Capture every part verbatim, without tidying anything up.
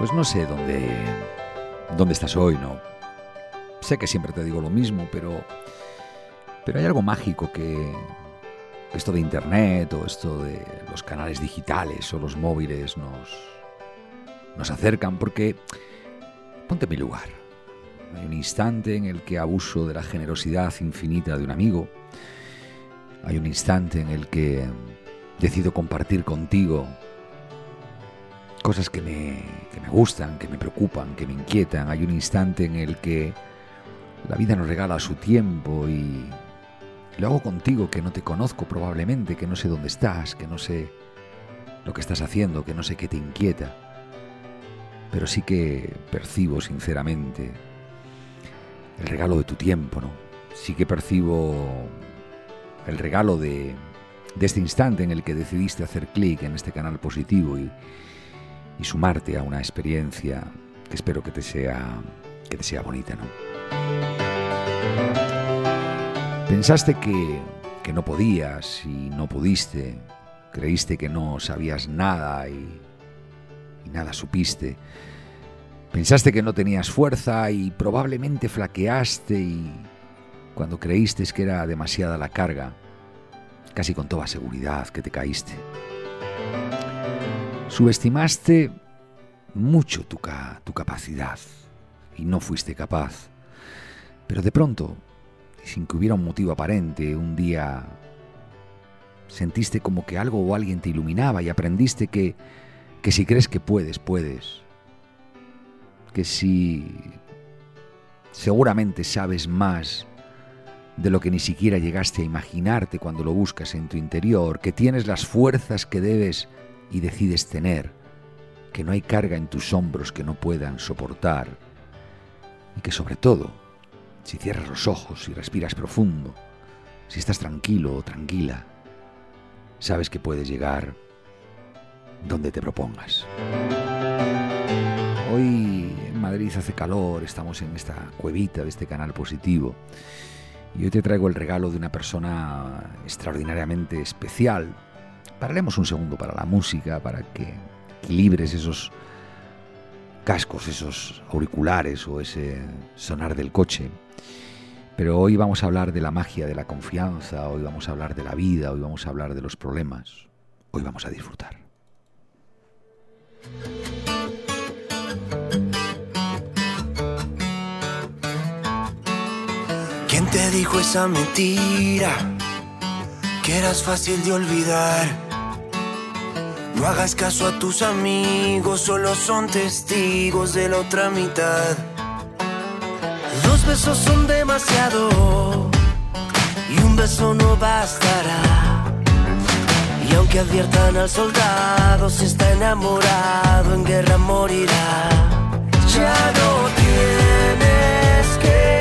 Pues no sé dónde, dónde estás hoy, ¿no? Sé que siempre te digo lo mismo, pero, pero hay algo mágico que esto de internet o esto de los canales digitales o los móviles nos, nos acercan, porque ponte en mi lugar. Hay un instante en el que abuso de la generosidad infinita de un amigo. Hay un instante en el que decido compartir contigo cosas que me, que me gustan, que me preocupan, que me inquietan. Hay un instante en el que la vida nos regala su tiempo y lo hago contigo, que no te conozco probablemente, que no sé dónde estás, que no sé lo que estás haciendo, que no sé qué te inquieta. Pero sí que percibo sinceramente el regalo de tu tiempo, ¿no? Sí que percibo el regalo de, de este instante en el que decidiste hacer clic en este canal positivo y y sumarte a una experiencia que espero que te sea, que te sea bonita, ¿no? Pensaste que, que no podías y no pudiste, creíste que no sabías nada y, y nada supiste, pensaste que no tenías fuerza y probablemente flaqueaste, y cuando creíste que era demasiada la carga, casi con toda seguridad que te caíste. Subestimaste mucho tu, ca- tu capacidad y no fuiste capaz. Pero de pronto, sin que hubiera un motivo aparente, un día sentiste como que algo o alguien te iluminaba y aprendiste que, que si crees que puedes, puedes. Que si seguramente sabes más de lo que ni siquiera llegaste a imaginarte cuando lo buscas en tu interior, que tienes las fuerzas que debes y decides tener, que no hay carga en tus hombros que no puedan soportar, y que sobre todo, si cierras los ojos y respiras profundo, si estás tranquilo o tranquila, sabes que puedes llegar donde te propongas. Hoy en Madrid hace calor, estamos en esta cuevita de este canal positivo, y hoy te traigo el regalo de una persona extraordinariamente especial. Pararemos un segundo para la música, para que equilibres esos cascos, esos auriculares o ese sonar del coche. Pero hoy vamos a hablar de la magia de la confianza, hoy vamos a hablar de la vida, hoy vamos a hablar de los problemas, hoy vamos a disfrutar. ¿Quién te dijo esa mentira? Que eras fácil de olvidar. No hagas caso a tus amigos, solo son testigos de la otra mitad. Dos besos son demasiado y un beso no bastará. Y aunque adviertan al soldado, si está enamorado en guerra morirá. Ya no tienes que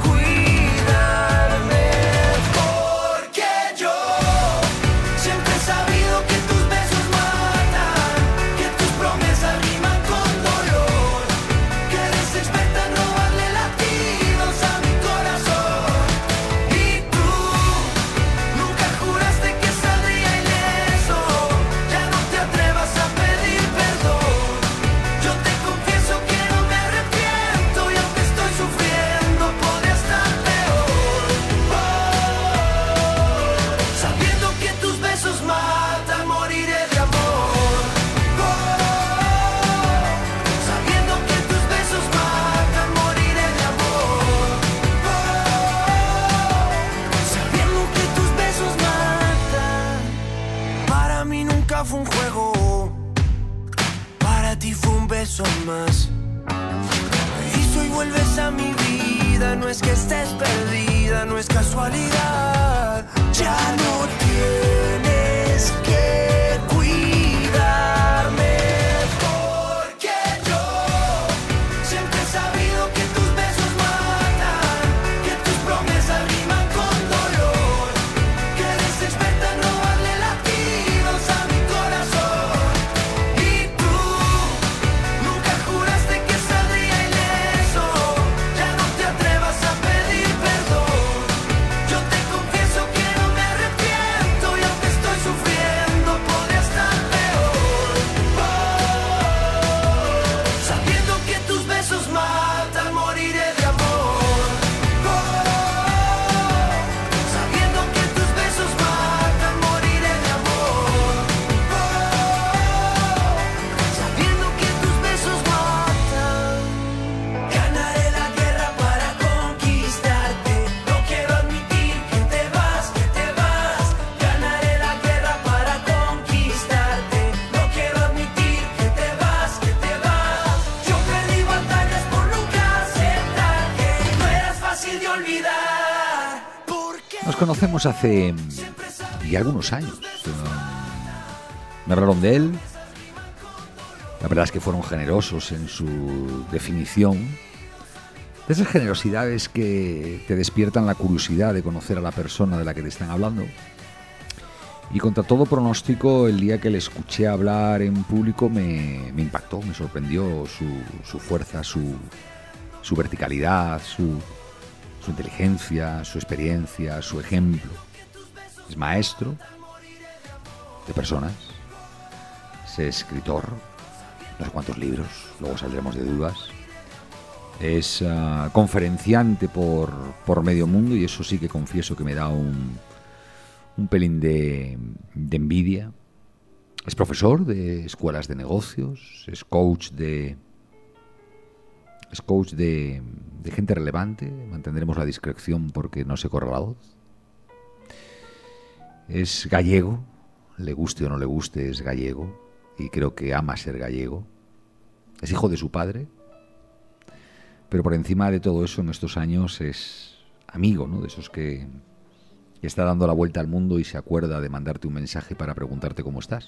fue un juego, para ti fue un beso más. Y hoy vuelves a mi vida, no es que estés perdida, no es casualidad. Ya no tienes que cuidarme, porque yo siempre he sabido que tus besos matan, que tus promesas riman con dolor, que eres experta en robarle latidos a mi corazón. Y tú nunca juraste que saldría ileso, ya no te atrevas a pedir perdón. Yo te confieso que no me arrepiento y aunque conocemos hace ya algunos años. Me hablaron de él. La verdad es que fueron generosos en su definición. De esas generosidades que te despiertan la curiosidad de conocer a la persona de la que te están hablando. Y contra todo pronóstico, el día que le escuché hablar en público me, me impactó, me sorprendió su, su fuerza, su, su verticalidad, su, su inteligencia, su experiencia, su ejemplo. Es maestro de personas, es escritor, no sé cuántos libros, luego saldremos de dudas. Es uh, conferenciante por, por medio mundo y eso sí que confieso que me da un, un pelín de, de envidia. Es profesor de escuelas de negocios, es coach de, es coach de, de gente relevante. Mantendremos la discreción porque no se corre la voz. Es gallego, le guste o no le guste, es gallego y creo que ama ser gallego. Es hijo de su padre. Pero por encima de todo eso, en estos años es amigo, ¿no? De esos que está dando la vuelta al mundo y se acuerda de mandarte un mensaje para preguntarte cómo estás.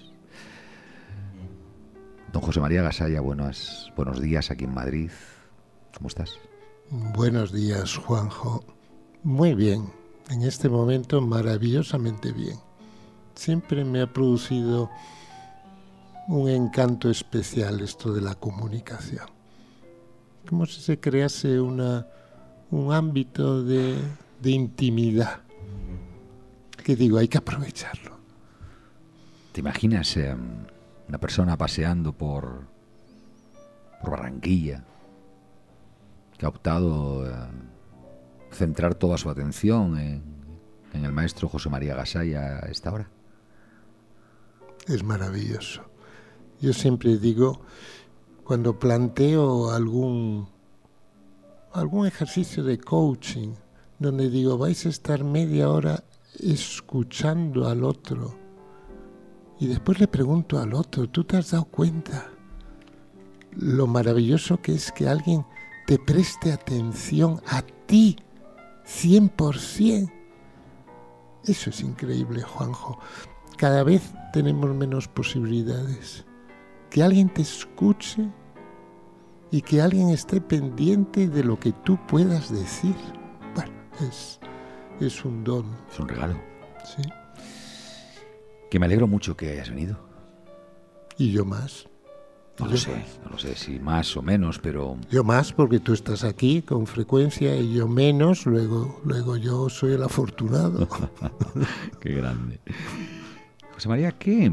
Don José María Gasalla, buenos, buenos días aquí en Madrid. ¿Cómo estás? Buenos días, Juanjo. Muy bien. En este momento, maravillosamente bien. Siempre me ha producido un encanto especial esto de la comunicación. Como si se crease una, un ámbito de, de intimidad. Que digo, hay que aprovecharlo. ¿Te imaginas eh, una persona paseando por, por Barranquilla que ha optado a centrar toda su atención en, en el maestro José María Gasalla a esta hora? Es maravilloso. Yo siempre digo, cuando planteo algún, algún ejercicio de coaching, donde digo, vais a estar media hora escuchando al otro, y después le pregunto al otro, ¿tú te has dado cuenta lo maravilloso que es que alguien te preste atención a ti cien por ciento? Eso es increíble, Juanjo. Cada vez tenemos menos posibilidades. Que alguien te escuche y que alguien esté pendiente de lo que tú puedas decir. Bueno, es, es un don. Es un regalo. Sí. Que me alegro mucho que hayas venido. Y yo más. No lo sé, no lo sé si más o menos, pero... Yo más porque tú estás aquí con frecuencia y yo menos, luego, luego yo soy el afortunado. Qué grande. José María, ¿qué,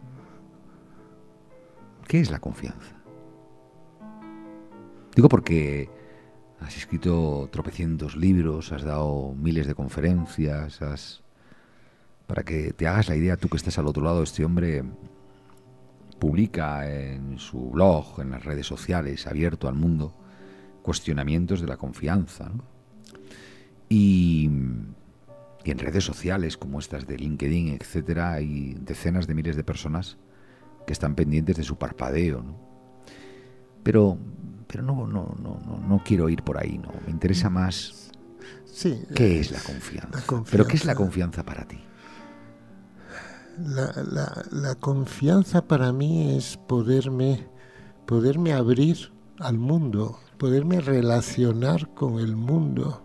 ¿qué es la confianza? Digo porque has escrito tropecientos libros, has dado miles de conferencias, has... Para que te hagas la idea, tú que estás al otro lado, este hombre publica en su blog, en las redes sociales, abierto al mundo, cuestionamientos de la confianza, ¿no? Y, y en redes sociales como estas de LinkedIn, etcétera, hay decenas de miles de personas que están pendientes de su parpadeo, ¿no? Pero, pero no, no, no, no, no quiero ir por ahí, ¿no? Me interesa más sí, qué es la confianza. la confianza. Pero ¿qué es la confianza para ti? La, la, la confianza para mí es poderme, poderme abrir al mundo, poderme relacionar con el mundo.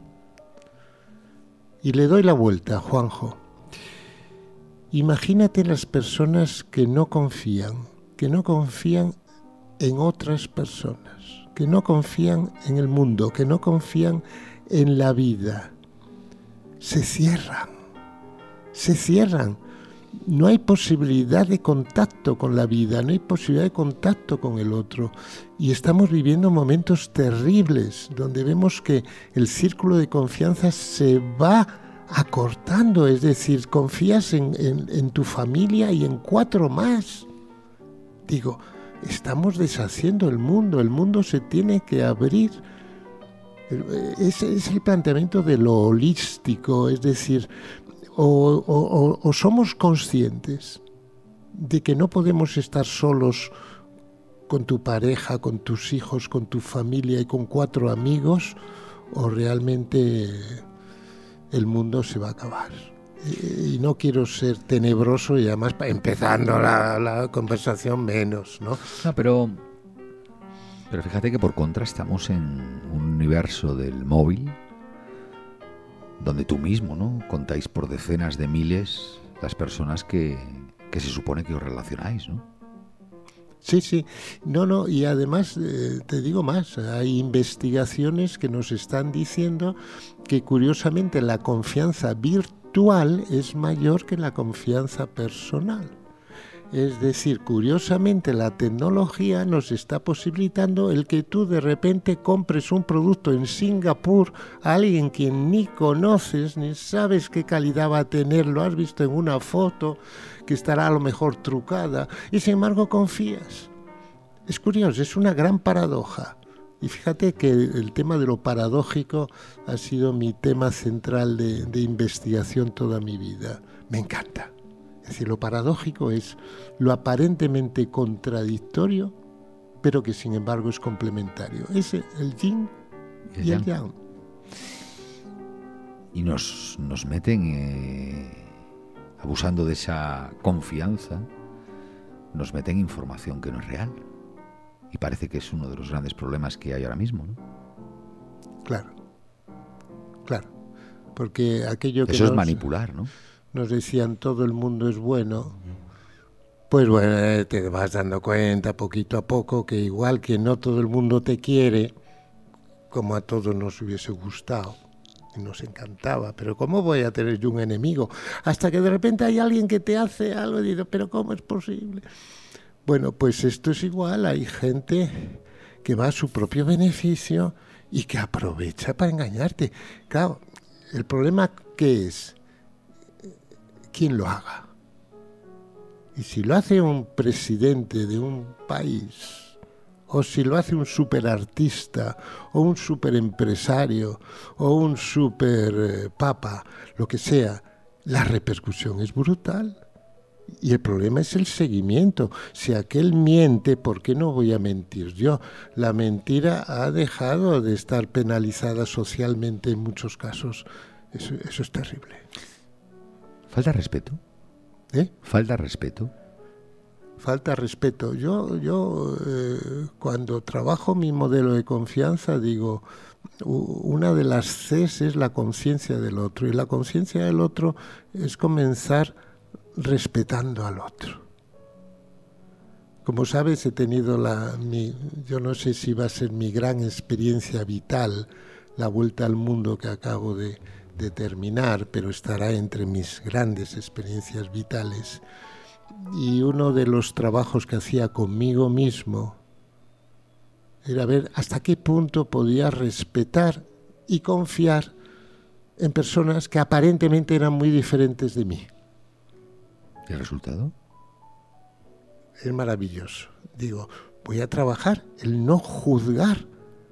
Y le doy la vuelta, Juanjo. Imagínate las personas que no confían, que no confían en otras personas, que no confían en el mundo, que no confían en la vida. Se cierran, se cierran. No hay posibilidad de contacto con la vida, no hay posibilidad de contacto con el otro. Y estamos viviendo momentos terribles donde vemos que el círculo de confianza se va acortando. Es decir, confías en, en, en tu familia y en cuatro más. Digo, estamos deshaciendo el mundo, el mundo se tiene que abrir. Ese es el planteamiento de lo holístico, es decir... O, o, o somos conscientes de que no podemos estar solos con tu pareja, con tus hijos, con tu familia y con cuatro amigos, o realmente el mundo se va a acabar. Y no quiero ser tenebroso y además empezando la, la conversación menos, ¿no? No, pero, pero fíjate que por contra estamos en un universo del móvil donde tú mismo, ¿no? Contáis por decenas de miles las personas que, que se supone que os relacionáis, ¿no? Sí, sí. No, no, y además eh, te digo más, hay investigaciones que nos están diciendo que curiosamente la confianza virtual es mayor que la confianza personal. Es decir, curiosamente la tecnología nos está posibilitando el que tú de repente compres un producto en Singapur a alguien que ni conoces, ni sabes qué calidad va a tener, lo has visto en una foto que estará a lo mejor trucada y sin embargo confías. Es curioso, es una gran paradoja. Y fíjate que el tema de lo paradójico ha sido mi tema central de, de investigación toda mi vida. Me encanta. Es decir, lo paradójico es lo aparentemente contradictorio, pero que sin embargo es complementario. Es el yin y el yang. Y nos, nos meten, eh, abusando de esa confianza, nos meten información que no es real. Y parece que es uno de los grandes problemas que hay ahora mismo, ¿no? Claro, claro. Porque aquello que Eso nos, es manipular, ¿no? Nos decían todo el mundo es bueno, pues bueno, te vas dando cuenta poquito a poco que igual que no todo el mundo te quiere, como a todos nos hubiese gustado y nos encantaba, pero ¿cómo voy a tener yo un enemigo? Hasta que de repente hay alguien que te hace algo y digo, pero ¿cómo es posible? Bueno, pues esto es igual, hay gente que va a su propio beneficio y que aprovecha para engañarte. Claro, el problema ¿qué es? ¿Quién lo haga? Y si lo hace un presidente de un país, o si lo hace un superartista, o un superempresario, o un superpapa, lo que sea, la repercusión es brutal. Y el problema es el seguimiento. Si aquel miente, ¿por qué no voy a mentir yo? La mentira ha dejado de estar penalizada socialmente en muchos casos. Eso, eso es terrible. ¿Falta respeto? ¿Eh? ¿Falta respeto? Falta respeto. Yo, yo eh, cuando trabajo mi modelo de confianza, digo, una de las Cs es la conciencia del otro. Y la conciencia del otro es comenzar respetando al otro. Como sabes, he tenido la... Mi, yo no sé si va a ser mi gran experiencia vital, la vuelta al mundo que acabo de... de terminar, pero estará entre mis grandes experiencias vitales. Y uno de los trabajos que hacía conmigo mismo era ver hasta qué punto podía respetar y confiar en personas que aparentemente eran muy diferentes de mí. ¿Y el resultado? Es maravilloso. Digo, voy a trabajar el no juzgar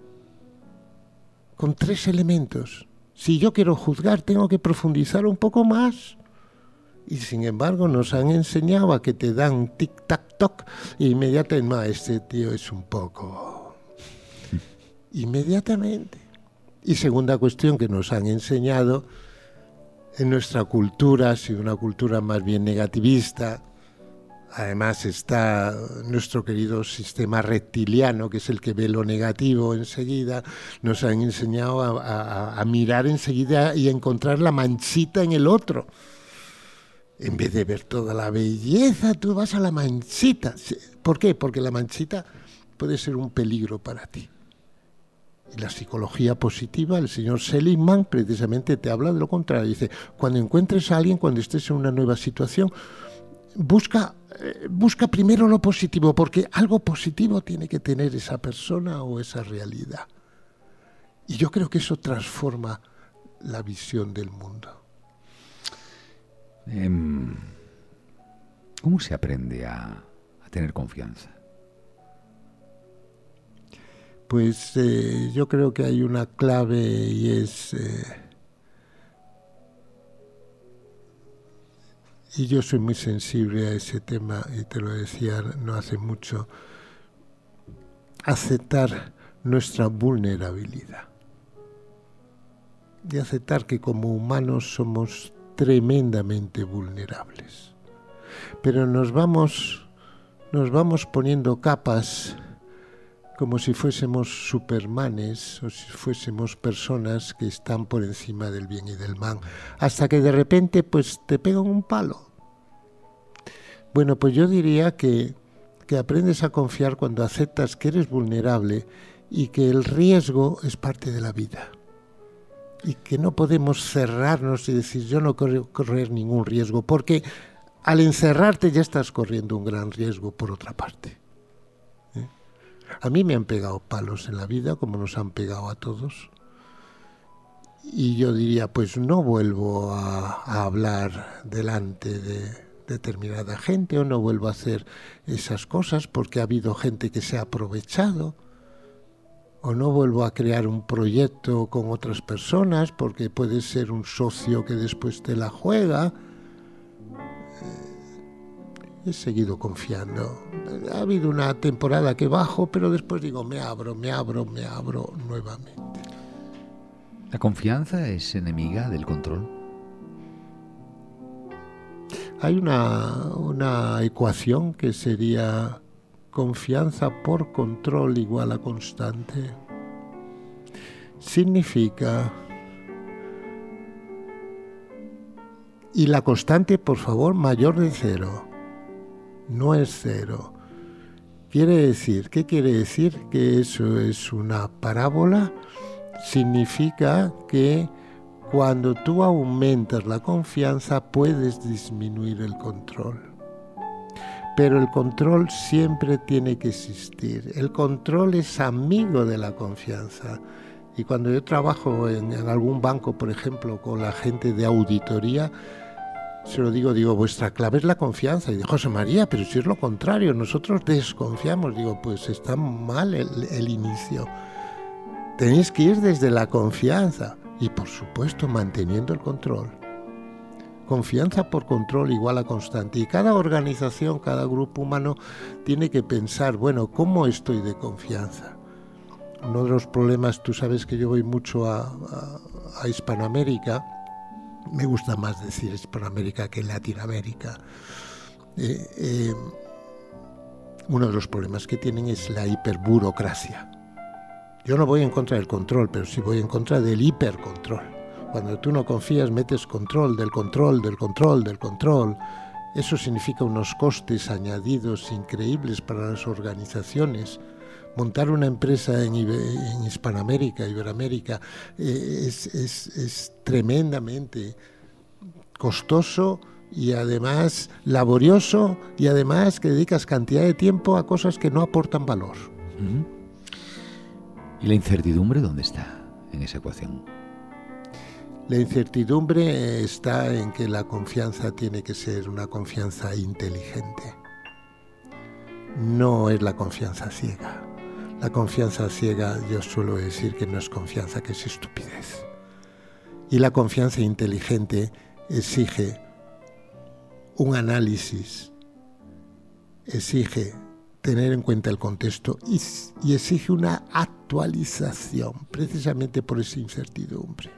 con tres elementos. Si yo quiero juzgar, tengo que profundizar un poco más. Y sin embargo, nos han enseñado a que te dan tic-tac-toc e inmediatamente, no, este tío es un poco... Inmediatamente. Y segunda cuestión que nos han enseñado, en nuestra cultura, ha sido una cultura más bien negativista. Además está nuestro querido sistema reptiliano, que es el que ve lo negativo enseguida. Nos han enseñado a, a, a mirar enseguida y encontrar la manchita en el otro. En vez de ver toda la belleza, tú vas a la manchita. ¿Por qué? Porque la manchita puede ser un peligro para ti. Y la psicología positiva, el señor Seligman, precisamente te habla de lo contrario. Dice, cuando encuentres a alguien, cuando estés en una nueva situación, busca, eh, busca primero lo positivo, porque algo positivo tiene que tener esa persona o esa realidad. Y yo creo que eso transforma la visión del mundo. Eh, ¿Cómo se aprende a, a tener confianza? Pues eh, yo creo que hay una clave y es... Eh, y yo soy muy sensible a ese tema, y te lo decía no hace mucho, aceptar nuestra vulnerabilidad. de aceptar que como humanos somos tremendamente vulnerables. Pero nos vamos, nos vamos poniendo capas como si fuésemos supermanes o si fuésemos personas que están por encima del bien y del mal, hasta que de repente pues te pegan un palo. Bueno, pues yo diría que, que aprendes a confiar cuando aceptas que eres vulnerable y que el riesgo es parte de la vida. Y que no podemos cerrarnos y decir yo no quiero correr ningún riesgo, porque al encerrarte ya estás corriendo un gran riesgo por otra parte. ¿Eh? A mí me han pegado palos en la vida, como nos han pegado a todos. Y yo diría, pues no vuelvo a, a hablar delante de determinada gente o no vuelvo a hacer esas cosas porque ha habido gente que se ha aprovechado. O no vuelvo a crear un proyecto con otras personas porque puede ser un socio que después te la juega. He seguido confiando. Ha habido una temporada que bajo, pero después digo, me abro, me abro, me abro nuevamente. ¿La confianza es enemiga del control? Hay una, una ecuación que sería confianza por control igual a constante. Significa... Y la constante, por favor, mayor de cero. No es cero. Quiere decir, ¿qué quiere decir? Que eso es una parábola. Significa que cuando tú aumentas la confianza puedes disminuir el control. Pero el control siempre tiene que existir. El control es amigo de la confianza. Y cuando yo trabajo en, en algún banco, por ejemplo, con la gente de auditoría, se lo digo, digo, vuestra clave es la confianza. Y digo, José María, pero si es lo contrario, nosotros desconfiamos. Digo, pues está mal el, el inicio. Tenéis que ir desde la confianza y, por supuesto, manteniendo el control. Confianza por control igual a constante. Y cada organización, cada grupo humano tiene que pensar, bueno, ¿cómo estoy de confianza? Uno de los problemas, tú sabes que yo voy mucho a, a, a Hispanoamérica, me gusta más decir Hispanoamérica que Latinoamérica. Eh, eh, uno de los problemas que tienen es la hiperburocracia. Yo no voy en contra del control, pero sí voy en contra del hipercontrol. Cuando tú no confías, metes control, del control, del control, del control. Eso significa unos costes añadidos increíbles para las organizaciones. Montar una empresa en, Ibe- en Hispanoamérica, Iberoamérica, eh, es, es, es tremendamente costoso y además laborioso y además que dedicas cantidad de tiempo a cosas que no aportan valor. Uh-huh. ¿Y la incertidumbre dónde está en esa ecuación? La incertidumbre está en que la confianza tiene que ser una confianza inteligente. No es la confianza ciega. La confianza ciega, yo suelo decir que no es confianza, que es estupidez. Y la confianza inteligente exige un análisis, exige tener en cuenta el contexto y, y exige una actualización, precisamente por esa incertidumbre.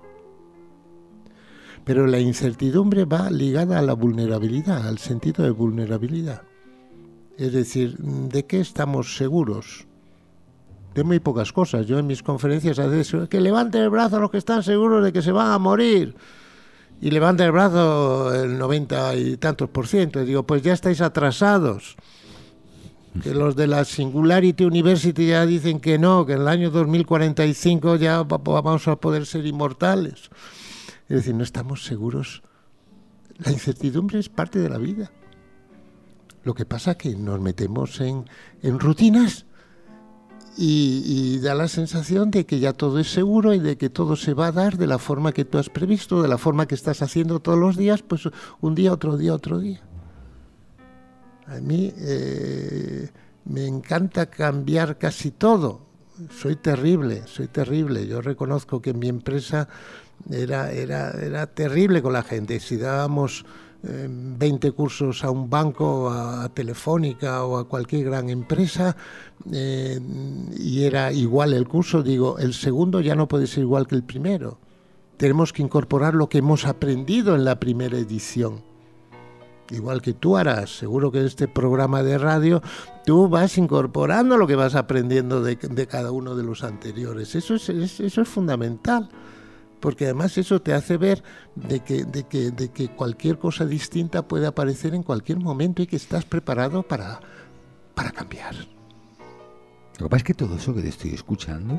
Pero la incertidumbre va ligada a la vulnerabilidad, al sentido de vulnerabilidad. Es decir, ¿de qué estamos seguros? De muy pocas cosas. Yo en mis conferencias a veces, que levanten el brazo los que están seguros de que se van a morir. Y levanten el brazo el noventa y tantos por ciento. Y digo, pues ya estáis atrasados. Que los de la Singularity University ya dicen que no, que en el año dos mil cuarenta y cinco ya vamos a poder ser inmortales. Es decir, no estamos seguros. La incertidumbre es parte de la vida. Lo que pasa es que nos metemos en, en rutinas y, y da la sensación de que ya todo es seguro y de que todo se va a dar de la forma que tú has previsto, de la forma que estás haciendo todos los días, pues un día, otro día, otro día. A mí eh, me encanta cambiar casi todo. Soy terrible, soy terrible. Yo reconozco que en mi empresa era, era, era terrible con la gente. Si dábamos eh, veinte cursos a un banco, a, a Telefónica o a cualquier gran empresa, eh, y era igual el curso, digo, el segundo ya no puede ser igual que el primero. tenemos que incorporar lo que hemos aprendido en la primera edición. Igual que tú harás, seguro que en este programa de radio tú vas incorporando lo que vas aprendiendo de, de cada uno de los anteriores. Eso es, es, eso es fundamental, porque además eso te hace ver de que, de, que, de que cualquier cosa distinta puede aparecer en cualquier momento y que estás preparado para, para cambiar. Lo que pasa es que todo eso que te estoy escuchando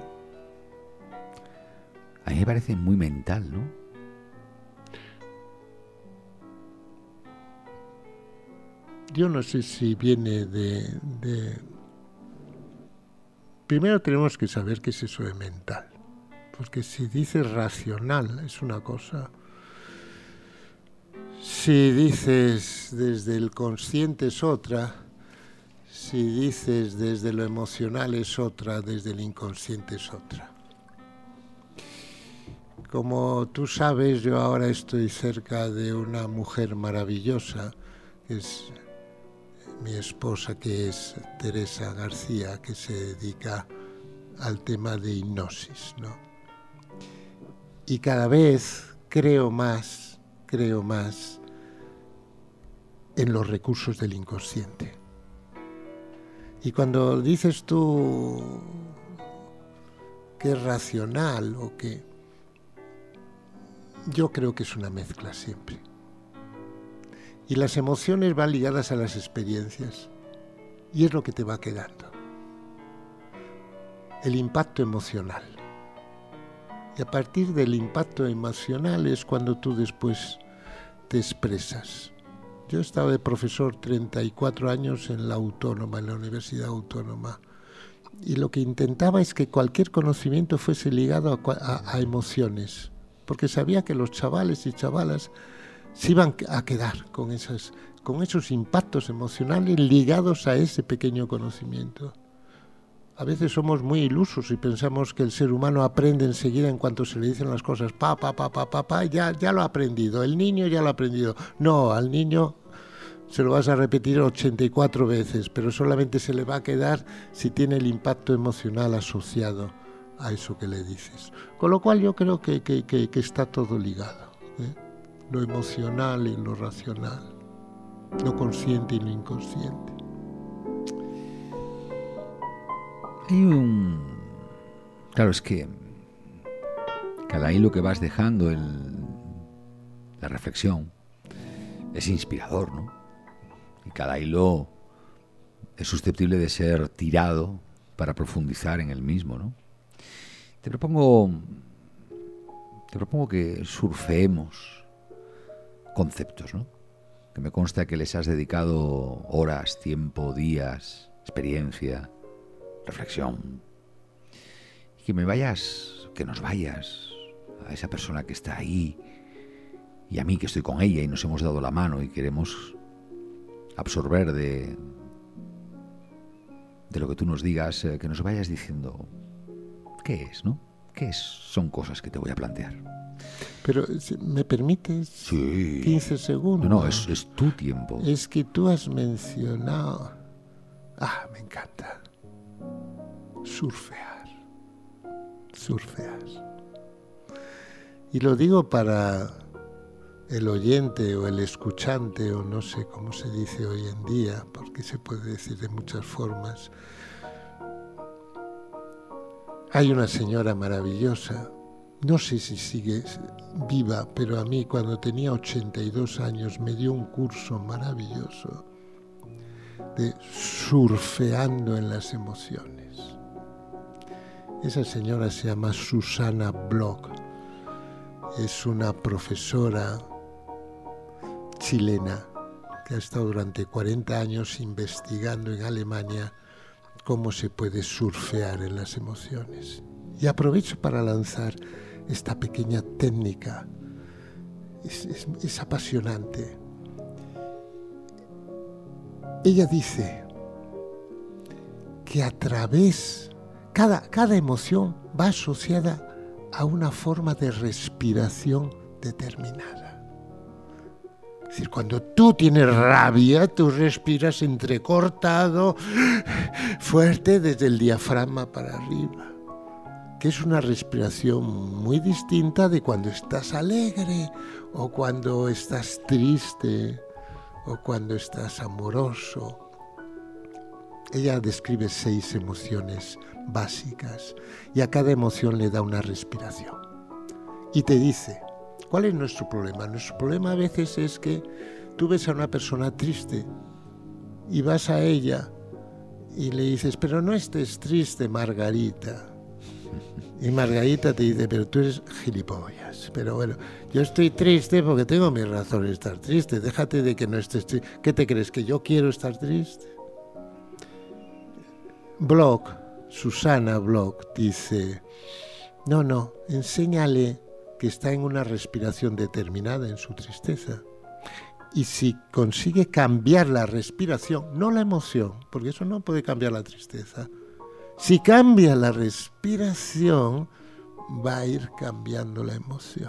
a mí me parece muy mental, ¿no? Yo no sé si viene de, de... Primero tenemos que saber qué es eso de mental. Porque si dices racional es una cosa. Si dices desde el consciente es otra. Si dices desde lo emocional es otra. Desde el inconsciente es otra. Como tú sabes, yo ahora estoy cerca de una mujer maravillosa, que es mi esposa, que es Teresa García, que se dedica al tema de hipnosis, ¿no? Y cada vez creo más, creo más en los recursos del inconsciente. Y cuando dices tú que es racional o que... Yo creo que es una mezcla siempre. Y las emociones van ligadas a las experiencias. Y es lo que te va quedando. El impacto emocional. Y a partir del impacto emocional es cuando tú después te expresas. Yo he estado de profesor treinta y cuatro años en la Autónoma, en la Universidad Autónoma. Y lo que intentaba es que cualquier conocimiento fuese ligado a, a, a emociones. Porque sabía que los chavales y chavalas se iban a quedar con, esas, con esos impactos emocionales ligados a ese pequeño conocimiento. A veces somos muy ilusos y pensamos que el ser humano aprende enseguida en cuanto se le dicen las cosas. Pa, pa, pa, pa, pa, pa, ya, ya lo ha aprendido. El niño ya lo ha aprendido. No, al niño se lo vas a repetir ochenta y cuatro veces, pero solamente se le va a quedar si tiene el impacto emocional asociado a eso que le dices. Con lo cual yo creo que, que, que, que está todo ligado, ¿eh? Lo emocional y lo racional, lo consciente y lo inconsciente. Hay un... Claro, es que cada hilo que vas dejando en la reflexión es inspirador, ¿no? Y cada hilo es susceptible de ser tirado para profundizar en el mismo, ¿no? Te propongo, te propongo que surfeemos conceptos, ¿no? Que me consta que les has dedicado horas, tiempo, días, experiencia, reflexión. Y que me vayas, que nos vayas a esa persona que está ahí y a mí que estoy con ella y nos hemos dado la mano y queremos absorber de, de lo que tú nos digas, eh, que nos vayas diciendo qué es, ¿no? ¿Qué es? Son cosas que te voy a plantear. Pero, ¿me permites sí. quince segundos? No, no, es, es tu tiempo. Es que tú has mencionado... Ah, me encanta. Surfear. Surfear. Y lo digo para el oyente o el escuchante, o no sé cómo se dice hoy en día, porque se puede decir de muchas formas. Hay una señora maravillosa, no sé si sigue viva, pero a mí cuando tenía ochenta y dos años me dio un curso maravilloso de surfeando en las emociones. Esa señora se llama Susana Bloch, es una profesora chilena que ha estado durante cuarenta años investigando en Alemania cómo se puede surfear en las emociones. Y aprovecho para lanzar esta pequeña técnica. Es, es, es apasionante. Ella dice que a través, cada, cada emoción va asociada a una forma de respiración determinada. Es decir, cuando tú tienes rabia, tú respiras entrecortado, fuerte, desde el diafragma para arriba. que es una respiración muy distinta de cuando estás alegre o cuando estás triste o cuando estás amoroso. Ella describe seis emociones básicas y a cada emoción le da una respiración. Y te dice, ¿cuál es nuestro problema? Nuestro problema a veces es que tú ves a una persona triste y vas a ella y le dices, pero no estés triste, Margarita. Y Margarita te dice, pero tú eres gilipollas. Pero bueno, yo estoy triste porque tengo mis razones de estar triste. Déjate de que no estés triste. ¿Qué te crees, que yo quiero estar triste? Bloch, Susana Bloch, dice, no, no, enséñale que está en una respiración determinada en su tristeza. Y si consigue cambiar la respiración, no la emoción, porque eso no puede cambiar la tristeza, si cambia la respiración, va a ir cambiando la emoción.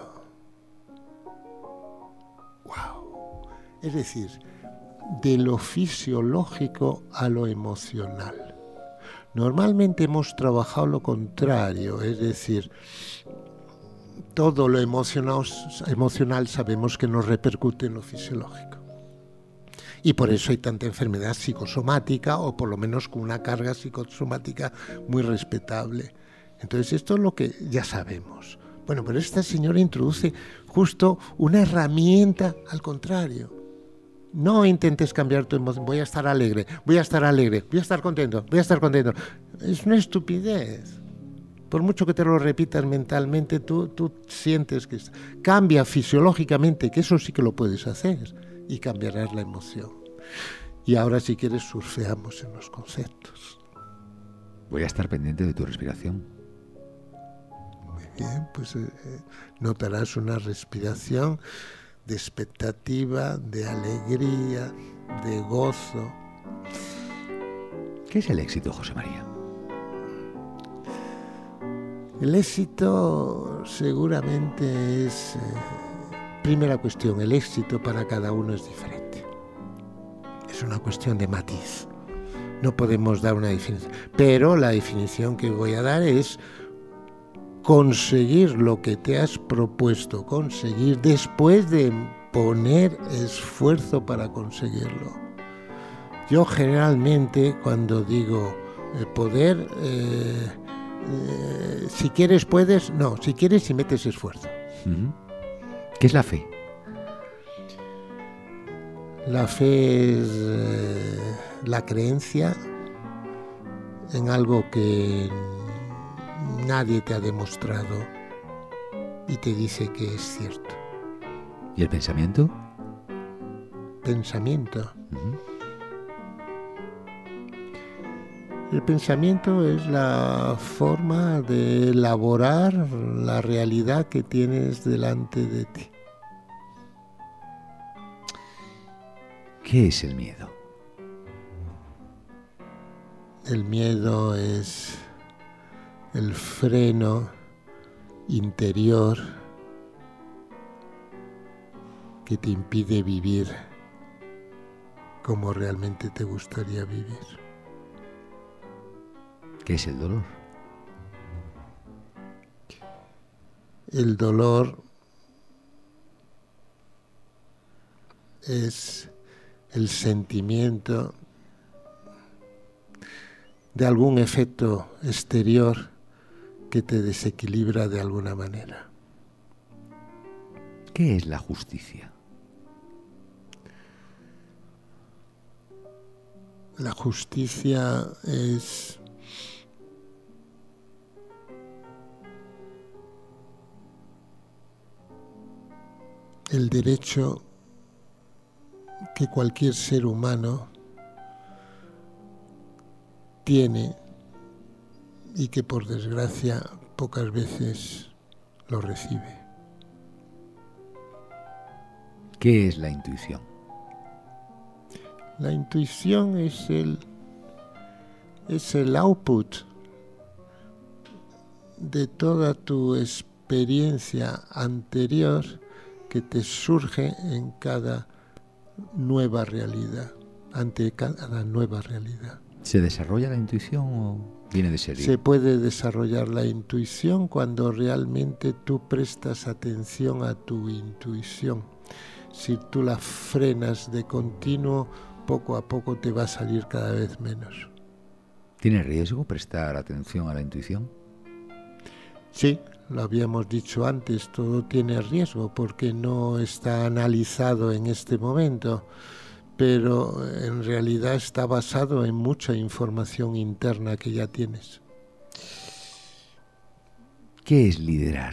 ¡Wow! Es decir, de lo fisiológico a lo emocional. Normalmente hemos trabajado lo contrario, es decir, todo lo emocional, emocional sabemos que nos repercute en lo fisiológico. Y por eso hay tanta enfermedad psicosomática, o por lo menos con una carga psicosomática muy respetable. Entonces esto es lo que ya sabemos. Bueno, pero esta señora introduce justo una herramienta al contrario. No intentes cambiar tu emoción, voy a estar alegre, voy a estar alegre, voy a estar contento, voy a estar contento. Es una estupidez. Por mucho que te lo repitas mentalmente, tú, tú sientes que cambia fisiológicamente, que eso sí que lo puedes hacer, y cambiarás la emoción. Y ahora, si quieres, surfeamos en los conceptos. Voy a estar pendiente de tu respiración. Muy bien, pues eh, notarás una respiración de expectativa, de alegría, de gozo. ¿Qué es el éxito, José María? El éxito seguramente es, eh, primera cuestión, el éxito para cada uno es diferente. Es una cuestión de matiz. No podemos dar una definición. Pero la definición que voy a dar es conseguir lo que te has propuesto conseguir después de poner esfuerzo para conseguirlo. Yo generalmente cuando digo eh, poder, eh, eh, si quieres puedes, no, si quieres si metes esfuerzo. Uh-huh. ¿Qué es la fe? La fe es eh, la creencia en algo que nadie te ha demostrado y te dice que es cierto. ¿Y el pensamiento? Pensamiento. Uh-huh. El pensamiento es la forma de elaborar la realidad que tienes delante de ti. ¿Qué es el miedo? El miedo es el freno interior que te impide vivir como realmente te gustaría vivir. ¿Qué es el dolor? El dolor es el sentimiento de algún efecto exterior que te desequilibra de alguna manera. ¿Qué es la justicia? La justicia es el derecho que cualquier ser humano tiene y que por desgracia pocas veces lo recibe. ¿Qué es la intuición? La intuición es el, es el output de toda tu experiencia anterior que te surge en cada nueva realidad, ante cada nueva realidad. ¿Se desarrolla la intuición o viene de serie? Se puede desarrollar la intuición cuando realmente tú prestas atención a tu intuición. Si tú la frenas de continuo, poco a poco te va a salir cada vez menos. ¿Tiene riesgo prestar atención a la intuición? Sí, lo habíamos dicho antes, todo tiene riesgo porque no está analizado en este momento, pero en realidad está basado en mucha información interna que ya tienes. ¿Qué es liderar?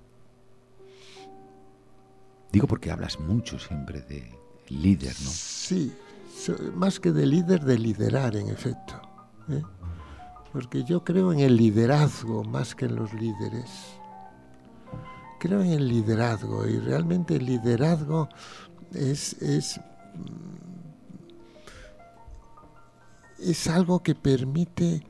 Digo porque hablas mucho siempre de líder, ¿no? Sí, más que de líder, de liderar, en efecto, ¿eh? Porque yo creo en el liderazgo más que en los líderes. Creo en el liderazgo y realmente el liderazgo es, es, es algo que permite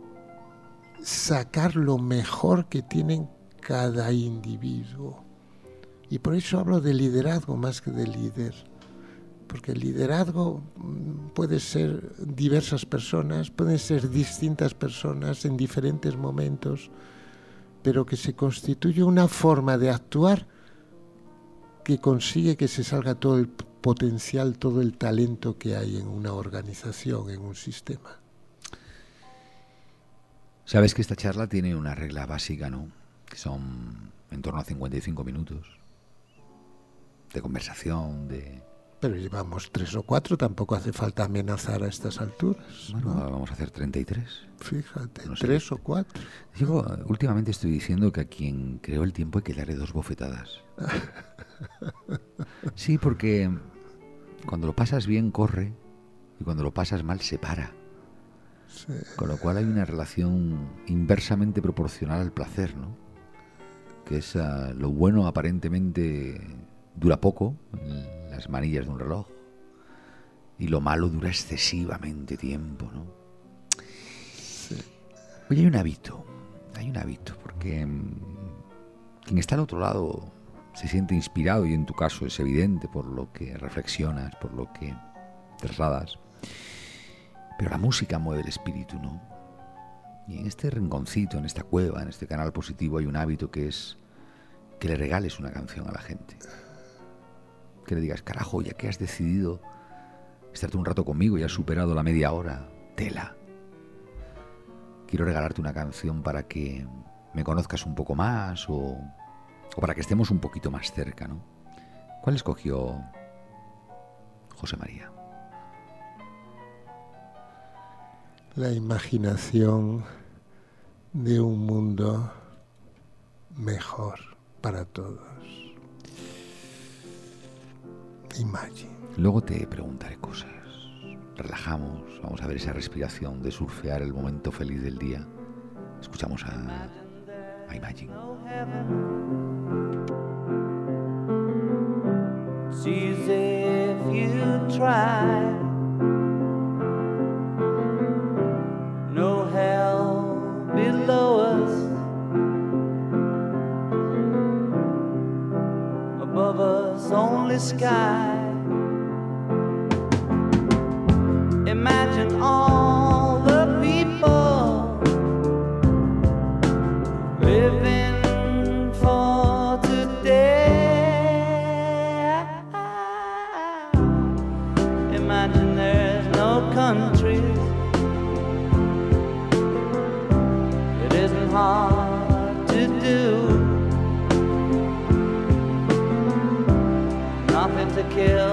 sacar lo mejor que tienen cada individuo. Y por eso hablo de liderazgo más que de líder. Porque el liderazgo puede ser diversas personas, pueden ser distintas personas en diferentes momentos, pero que se constituye una forma de actuar que consigue que se salga todo el potencial, todo el talento que hay en una organización, en un sistema. Sabes que esta charla tiene una regla básica, ¿no? Que son en torno a cincuenta y cinco minutos de conversación, de... Pero llevamos tres o cuatro, tampoco hace falta amenazar a estas alturas. Bueno, ¿no? vamos a hacer treinta y tres. Fíjate, No sé. tres o cuatro. Yo últimamente estoy diciendo que a quien creó el tiempo hay que darle dos bofetadas. Sí, porque cuando lo pasas bien corre y cuando lo pasas mal se para. Sí. Con lo cual hay una relación inversamente proporcional al placer, ¿no? Que es uh, lo bueno aparentemente dura poco, en las manillas de un reloj, y lo malo dura excesivamente tiempo, ¿no? Sí. Oye, hay un hábito, hay un hábito, porque mmm, quien está al otro lado se siente inspirado, y en tu caso es evidente por lo que reflexionas, por lo que trasladas, pero la música mueve el espíritu, ¿no? Y en este rinconcito, en esta cueva, en este canal positivo, hay un hábito que es que le regales una canción a la gente. Que le digas, carajo, ya que has decidido estarte un rato conmigo y has superado la media hora, tela. Quiero regalarte una canción para que me conozcas un poco más o, o para que estemos un poquito más cerca, ¿no? ¿Cuál escogió José María? La imaginación de un mundo mejor para todos. Imagine. Luego te preguntaré cosas. Relajamos, vamos a ver esa respiración de surfear el momento feliz del día. Escuchamos a, a Imagine. See if you try. No hell below us. Above us only sky. Imagine all the people living for today. Imagine there's no countries. It isn't hard to do. Nothing to kill.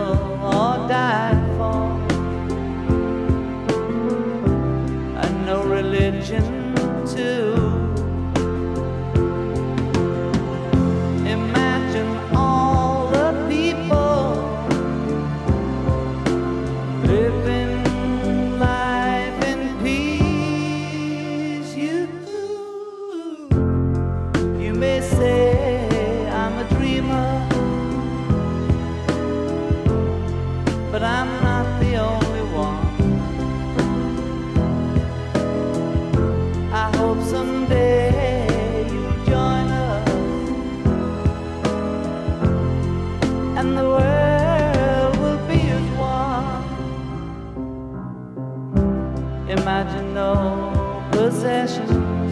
possessions.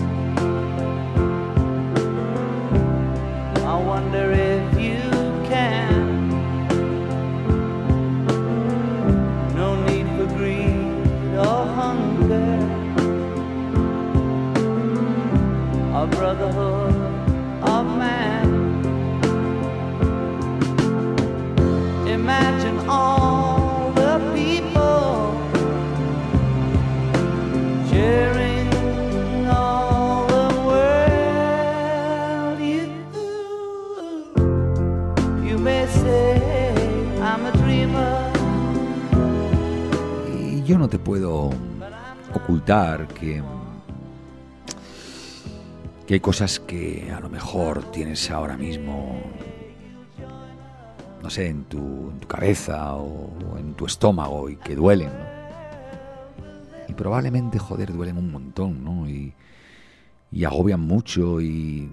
I wonder if you can. No need for greed or hunger, or brotherhood of man. Imagine all the people sharing all the world. You, you may say I'm a dreamer. Y yo no te puedo ocultar que que hay cosas que a lo mejor tienes ahora mismo, no sé, en tu, en tu cabeza o, o en tu estómago y que duelen, ¿no? Y probablemente, joder, duelen un montón, ¿no? Y, y agobian mucho y,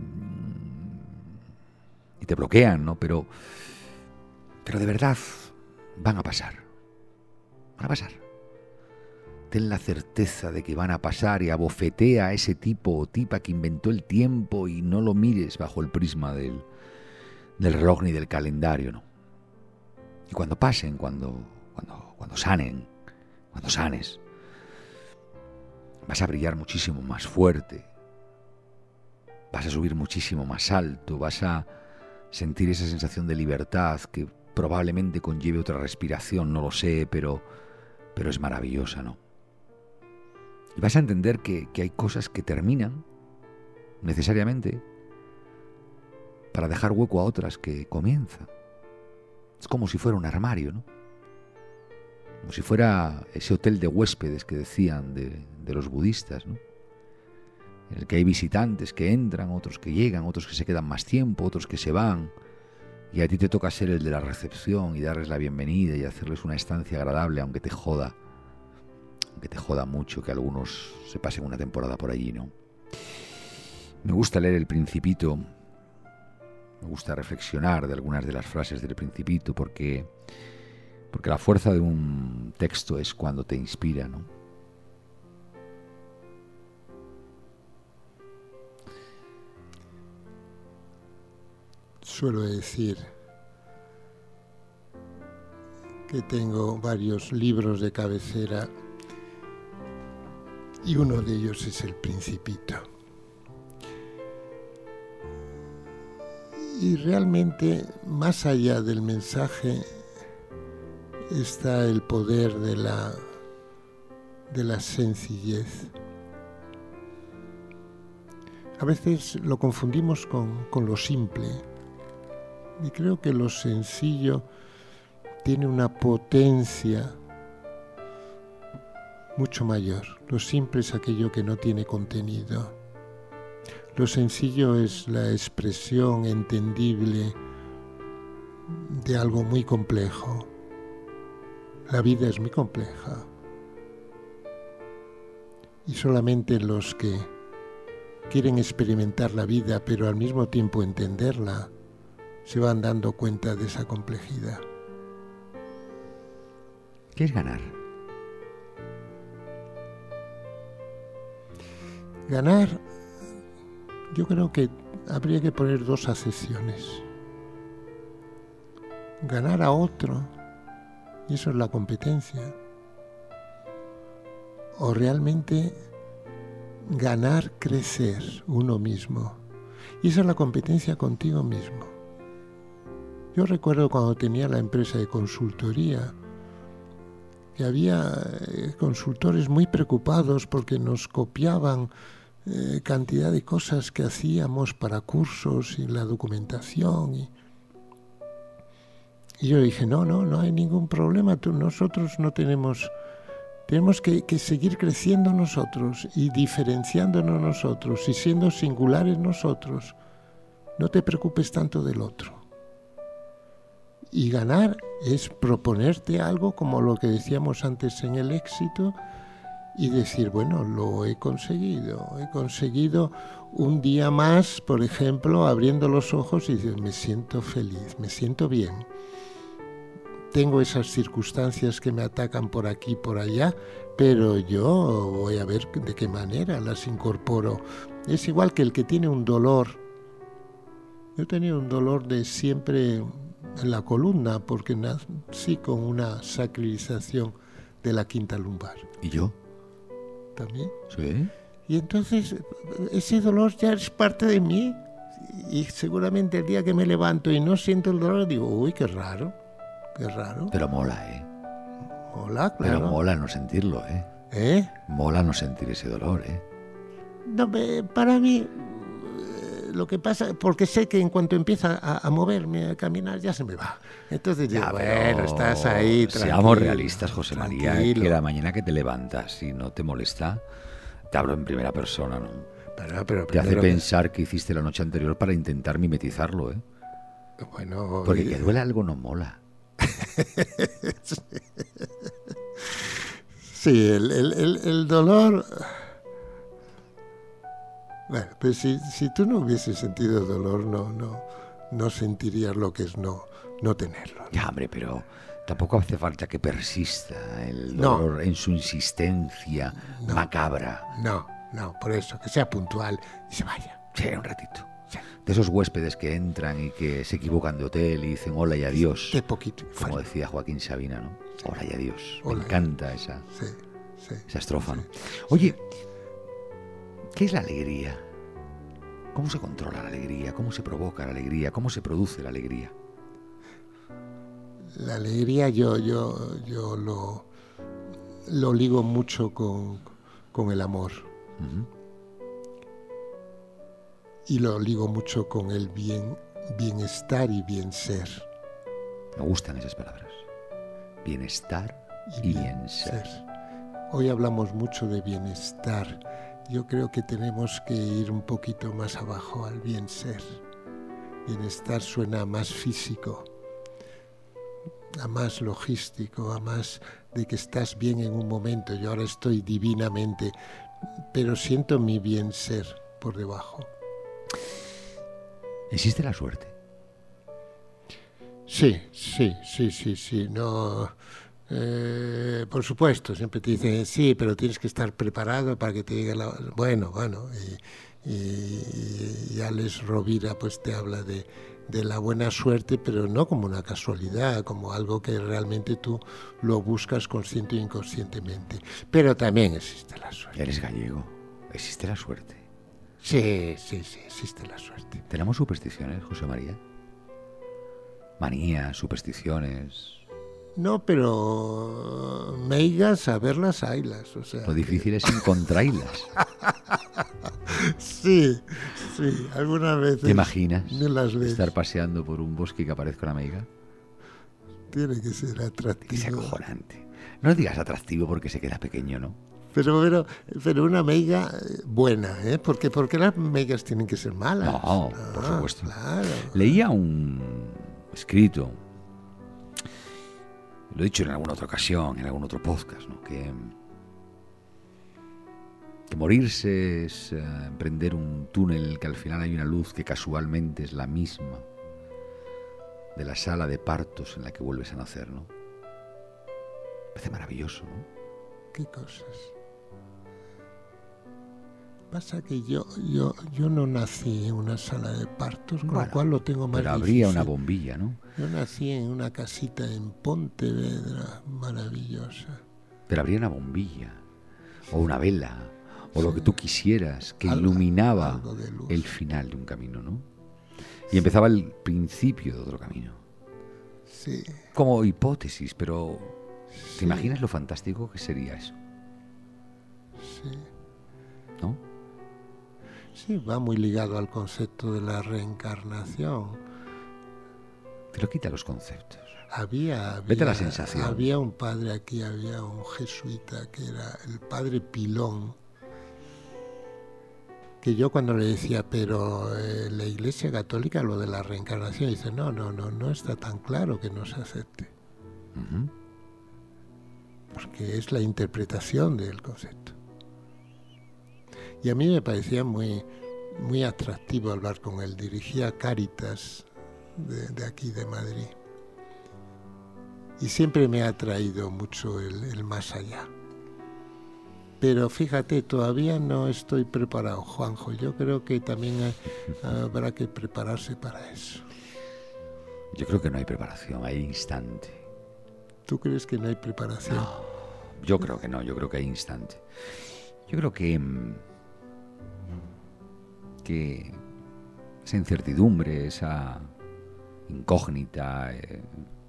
y te bloquean, ¿no? Pero, pero de verdad van a pasar. Van a pasar. Ten la certeza de que van a pasar y abofetea a ese tipo o tipa que inventó el tiempo y no lo mires bajo el prisma del, del reloj ni del calendario, ¿no? Y cuando pasen, cuando, cuando, cuando sanen, cuando sanes, vas a brillar muchísimo más fuerte, vas a subir muchísimo más alto, vas a sentir esa sensación de libertad que probablemente conlleve otra respiración, no lo sé, pero, pero es maravillosa, ¿no? Y vas a entender que, que hay cosas que terminan necesariamente para dejar hueco a otras que comienzan. Es como si fuera un armario, ¿no? Como si fuera ese hotel de huéspedes que decían de, de los budistas, ¿no? En el que hay visitantes que entran, otros que llegan, otros que se quedan más tiempo, otros que se van. Y a ti te toca ser el de la recepción y darles la bienvenida y hacerles una estancia agradable, aunque te joda. Que te joda mucho que algunos se pasen una temporada por allí, ¿no? Me gusta leer El Principito, me gusta reflexionar de algunas de las frases del Principito, porque, porque la fuerza de un texto es cuando te inspira, ¿no? Suelo decir que tengo varios libros de cabecera y uno de ellos es El Principito. Y realmente, más allá del mensaje, está el poder de la, de la sencillez. A veces lo confundimos con, con lo simple. Y creo que lo sencillo tiene una potencia mucho mayor. Lo simple es aquello que no tiene contenido. Lo sencillo es la expresión entendible de algo muy complejo. La vida es muy compleja. Y solamente los que quieren experimentar la vida, pero al mismo tiempo entenderla, se van dando cuenta de esa complejidad. ¿Qué es ganar? Ganar, yo creo que habría que poner dos acepciones. Ganar a otro, y eso es la competencia. O realmente ganar, crecer uno mismo. Y esa es la competencia contigo mismo. Yo recuerdo cuando tenía la empresa de consultoría, que había consultores muy preocupados porque nos copiaban eh, cantidad de cosas que hacíamos para cursos y la documentación. Y, y yo dije, no, no, no hay ningún problema, tú, nosotros no tenemos... Tenemos que, que seguir creciendo nosotros y diferenciándonos nosotros y siendo singulares nosotros. No te preocupes tanto del otro. Y ganar es proponerte algo como lo que decíamos antes en el éxito y decir, bueno, lo he conseguido. He conseguido un día más, por ejemplo, abriendo los ojos y decir, me siento feliz, me siento bien. tengo esas circunstancias que me atacan por aquí, por allá, pero yo voy a ver de qué manera las incorporo. Es igual que el que tiene un dolor. Yo tenía un dolor de siempre en la columna, porque nací con una sacralización de la quinta lumbar. ¿Y yo? ¿También? Sí. Y entonces ese dolor ya es parte de mí. Y seguramente el día que me levanto y no siento el dolor, digo, uy, qué raro, qué raro. Pero mola, ¿eh? Mola, claro. Pero mola no sentirlo, ¿eh? ¿Eh? Mola no sentir ese dolor, ¿eh? No, para mí, lo que pasa, porque sé que en cuanto empieza a, a moverme, a caminar, ya se me va. Entonces ya, digo, bueno, estás ahí, tranquilo. Seamos realistas, José tranquilo. María, que la mañana que te levantas y no te molesta, te hablo en primera persona, ¿no? Pero, pero te hace pensar que hiciste la noche anterior para intentar mimetizarlo, ¿eh? Bueno... Porque que duele algo no mola. Sí, el, el, el, el dolor... Bueno, pues si, si tú no hubieses sentido dolor, no, no, no sentirías lo que es no, no tenerlo, ¿no? Ya, hombre, pero tampoco hace falta que persista el dolor no. en su insistencia no. macabra. No, no, por eso, que sea puntual y se vaya. Sí, un ratito. Sí. De esos huéspedes que entran y que se equivocan de hotel y dicen hola y adiós. De poquito. Como decía Joaquín Sabina, ¿no? Hola y adiós. Hola. Me encanta esa, sí, sí, esa estrofa, sí, ¿no? Oye, sí. ¿qué es la alegría? ¿Cómo se controla la alegría? ¿Cómo se provoca la alegría? ¿Cómo se produce la alegría? La alegría yo, yo, yo lo, lo ligo mucho con, con el amor. Uh-huh. Y lo ligo mucho con el bien, bienestar y bien ser. Me gustan esas palabras. Bienestar y, y bien ser. ser. Hoy hablamos mucho de bienestar. Yo creo que tenemos que ir un poquito más abajo al bien ser. Bienestar suena a más físico, a más logístico, a más de que estás bien en un momento. Yo ahora estoy divinamente, pero siento mi bien ser por debajo. ¿Existe la suerte? Sí, sí, sí, sí, sí. No, eh, por supuesto, siempre te dicen, sí, pero tienes que estar preparado para que te llegue la... Bueno, bueno, y, y, y Alex Rovira pues te habla de, de la buena suerte, pero no como una casualidad, como algo que realmente tú lo buscas consciente e inconscientemente. Pero también existe la suerte. Eres gallego, existe la suerte. Sí, sí, sí, existe la suerte. ¿Tenemos supersticiones, José María? Manías, supersticiones... No, pero meigas a verlas haylas, o sea... Lo difícil que... es encontrarlas. Sí, sí, algunas veces... ¿Te imaginas no las ves. Estar paseando por un bosque y que aparezca una meiga? Tiene que ser atractivo. Que sea acojonante. No digas atractivo porque se queda pequeño, ¿no? Pero, pero, pero una meiga buena, ¿eh? Porque, porque las meigas tienen que ser malas. No, ah, por supuesto. Claro. Leía un escrito... Lo he dicho en alguna otra ocasión, en algún otro podcast, ¿no? Que, que morirse es eh, emprender un túnel que al final hay una luz que casualmente es la misma de la sala de partos en la que vuelves a nacer, ¿no? Me parece maravilloso, ¿no? ¿Qué cosas? Pasa que yo, yo, yo no nací en una sala de partos, con bueno, lo cual lo tengo más pero difícil. habría una bombilla, ¿no? Yo nací en una casita en Pontevedra, maravillosa. Pero habría una bombilla, o una vela, o sí. lo que tú quisieras, que algo, iluminaba algo el final de un camino, ¿no? Y sí. empezaba el principio de otro camino. Sí. Como hipótesis, pero sí. ¿te imaginas lo fantástico que sería eso? Sí. ¿No? Sí, va muy ligado al concepto de la reencarnación. Te lo quita los conceptos. Había, había, Vete a la sensación. Había un padre aquí, había un jesuita que era el padre Pilón, que yo cuando le decía, pero eh, la Iglesia Católica, lo de la reencarnación, dice, no, no, no, no está tan claro que no se acepte. Uh-huh. Porque es la interpretación del concepto. Y a mí me parecía muy, muy atractivo hablar con él. Dirigía Cáritas de, de aquí, de Madrid. y siempre me ha atraído mucho el, el más allá. Pero fíjate, todavía no estoy preparado, Juanjo. Yo creo que también ha, habrá que prepararse para eso. Yo creo que no hay preparación, hay instante. ¿Tú crees que no hay preparación? No, yo creo que no, yo creo que hay instante. Yo creo que, que esa incertidumbre, esa incógnita, eh,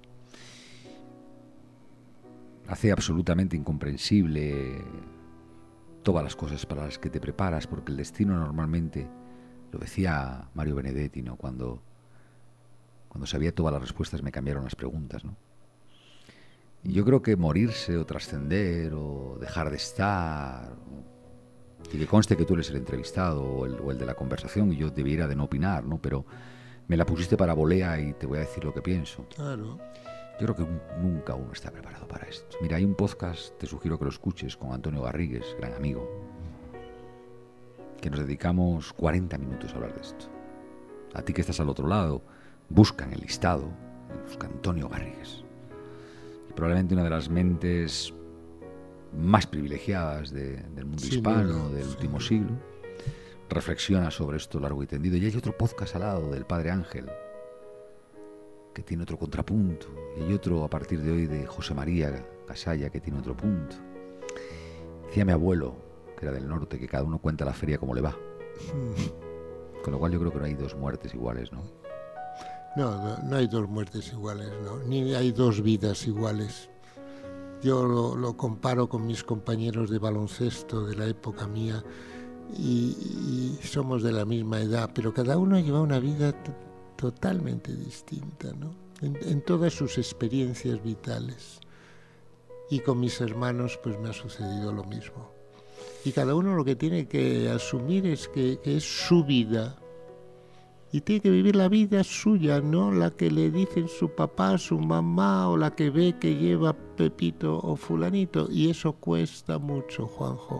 hace absolutamente incomprensible todas las cosas para las que te preparas, porque el destino normalmente, lo decía Mario Benedetti, ¿no? Cuando, cuando sabía todas las respuestas me cambiaron las preguntas, ¿no? Y yo creo que morirse o trascender o dejar de estar, y que conste que tú eres el entrevistado o el, o el de la conversación y yo debiera de no opinar, ¿no? Pero me la pusiste para volea y te voy a decir lo que pienso. Claro. Yo creo que nunca uno está preparado para esto. Mira, hay un podcast, te sugiero que lo escuches, con Antonio Garrigues, gran amigo, que nos dedicamos cuarenta minutos a hablar de esto. A ti que estás al otro lado, busca en el listado, busca Antonio Garrigues. Y probablemente una de las mentes más privilegiadas de, del mundo Sí, hispano, sí, del sí. último siglo, reflexiona sobre esto largo y tendido. Y hay otro podcast al lado del Padre Ángel, que tiene otro contrapunto, y hay otro a partir de hoy de José María Casalla, que tiene otro punto. Decía mi abuelo, que era del norte, que cada uno cuenta la feria como le va. Con lo cual yo creo que no hay dos muertes iguales, ¿no? No, no, no hay dos muertes iguales, ¿no? Ni hay dos vidas iguales. Yo lo, lo comparo con mis compañeros de baloncesto de la época mía y, y somos de la misma edad, pero cada uno lleva una vida t- totalmente distinta, ¿no? En, en todas sus experiencias vitales. Y con mis hermanos pues me ha sucedido lo mismo. Y cada uno lo que tiene que asumir es que, que es su vida. Y tiene que vivir la vida suya, no la que le dicen su papá, su mamá, o la que ve que lleva Pepito o fulanito. Y eso cuesta mucho, Juanjo.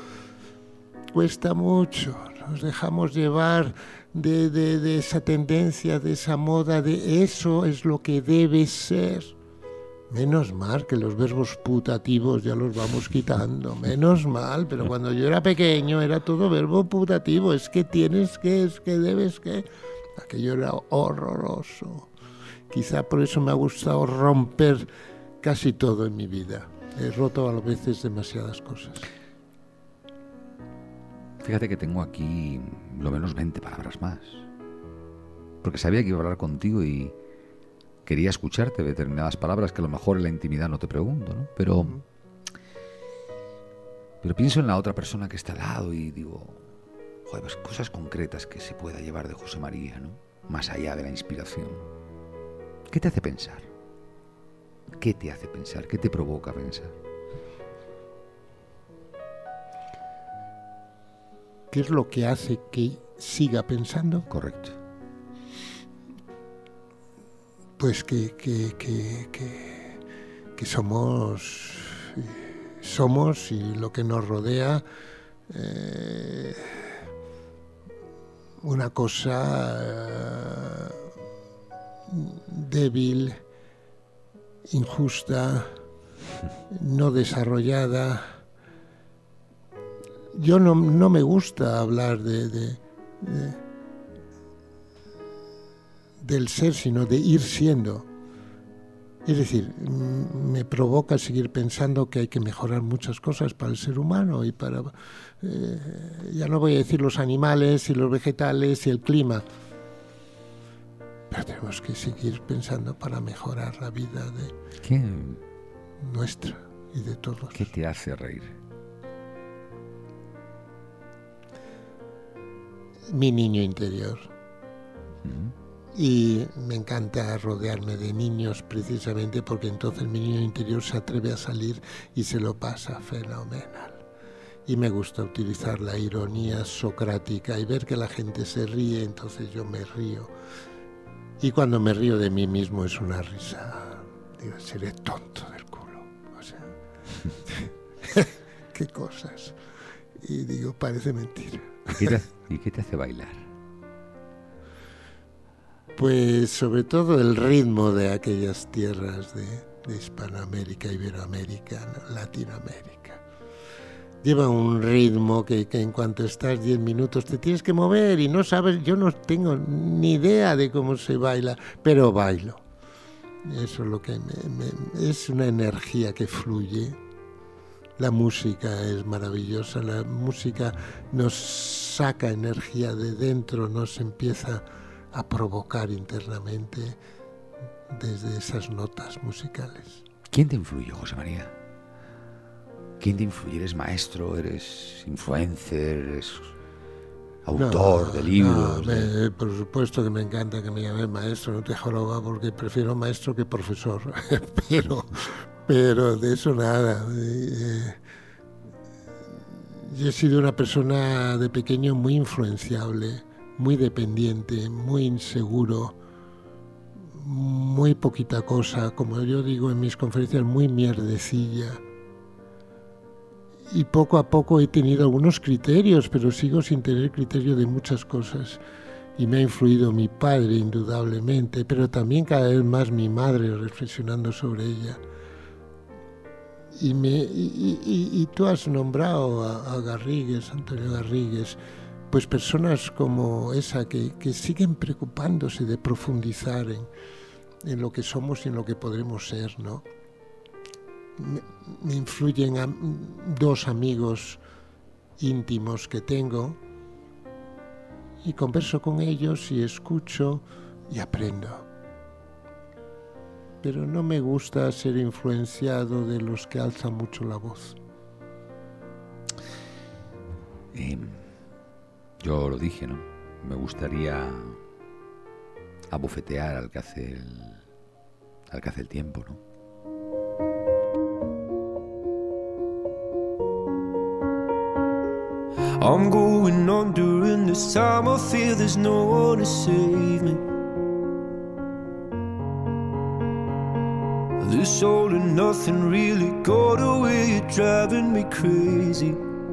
Cuesta mucho. Nos dejamos llevar de, de, de esa tendencia, de esa moda, de eso es lo que debe ser. Menos mal que los verbos putativos ya los vamos quitando, menos mal, pero cuando yo era pequeño era todo verbo putativo, es que tienes que, es que debes que... Aquello era horroroso. Quizá por eso me ha gustado romper casi todo en mi vida. He roto a veces demasiadas cosas. Fíjate que tengo aquí lo menos veinte palabras más, porque sabía que iba a hablar contigo y quería escucharte determinadas palabras que a lo mejor en la intimidad no te pregunto, ¿no? Pero, uh-huh. pero pienso en la otra persona que está al lado y digo, joder, pues cosas concretas que se pueda llevar de José María, ¿no? Más allá de la inspiración. ¿Qué te hace pensar? ¿Qué te hace pensar? ¿Qué te provoca pensar? ¿Qué es lo que hace que siga pensando? Correcto. Pues que, que, que, que, que somos, somos y lo que nos rodea eh, una cosa eh, débil, injusta, no desarrollada. Yo no, no me gusta hablar de, de, de del ser, sino de ir siendo. Es decir, me provoca seguir pensando que hay que mejorar muchas cosas para el ser humano y para, eh, ya no voy a decir los animales y los vegetales y el clima, pero tenemos que seguir pensando para mejorar la vida de ¿Qué? nuestra y de todos. ¿Qué te hace reír? Mi niño interior. ¿Mm? Y me encanta rodearme de niños precisamente porque entonces mi niño interior se atreve a salir y se lo pasa fenomenal. Y me gusta utilizar la ironía socrática y ver que la gente se ríe, entonces yo me río. Y cuando me río de mí mismo es una risa, digo, seré tonto del culo. O sea, qué cosas. Y digo, parece mentira. ¿Y qué te, ¿y qué te hace bailar? Pues sobre todo el ritmo de aquellas tierras de, de Hispanoamérica, Iberoamérica, Latinoamérica. Lleva un ritmo que, que en cuanto estás diez minutos te tienes que mover y no sabes, yo no tengo ni idea de cómo se baila, pero bailo. Eso es lo que me, me, es una energía que fluye. La música es maravillosa, la música nos saca energía de dentro, nos empieza a provocar internamente desde esas notas musicales. ¿Quién te influyó, José María? ¿Quién te influye? ¿Eres maestro? ¿Eres influencer? ¿Eres autor no, de libros? No, me, de... Por supuesto que me encanta que me llamen maestro, no te joroba, porque prefiero maestro que profesor. pero, pero de eso nada. Eh, yo he sido una persona de pequeño muy influenciable, muy dependiente, muy inseguro, muy poquita cosa, como yo digo en mis conferencias, muy mierdecilla. Y poco a poco he tenido algunos criterios, pero sigo sin tener criterio de muchas cosas. Y me ha influido mi padre, indudablemente, pero también cada vez más mi madre, reflexionando sobre ella. Y, me, y, y, y tú has nombrado a, a Garrigues, Antonio Garrigues, pues personas como esa que, que siguen preocupándose de profundizar en, en lo que somos y en lo que podremos ser, ¿no? Me, me influyen a dos amigos íntimos que tengo y converso con ellos y escucho y aprendo. Pero no me gusta ser influenciado de los que alzan mucho la voz. Eh, yo lo dije, ¿no? Me gustaría abofetear al que hace el, al que hace el tiempo, ¿no? I'm going on during this time. I feel there's no one to save me. This all and nothing really got away. You're driving me crazy.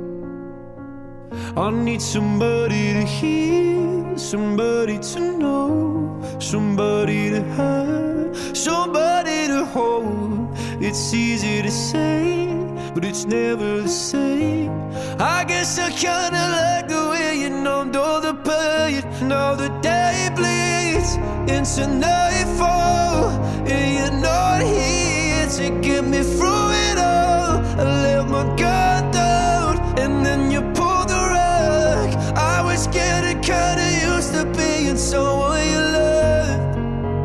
I need somebody to hear, somebody to know, somebody to have, somebody to hold. It's easy to say, but it's never the same. I guess I kinda like the way you numbed all the pain. Now the day bleeds into nightfall, and you're not here to get me through it all. I let my guard down, and then you pulled the rug. I was getting kinda used to being someone you loved.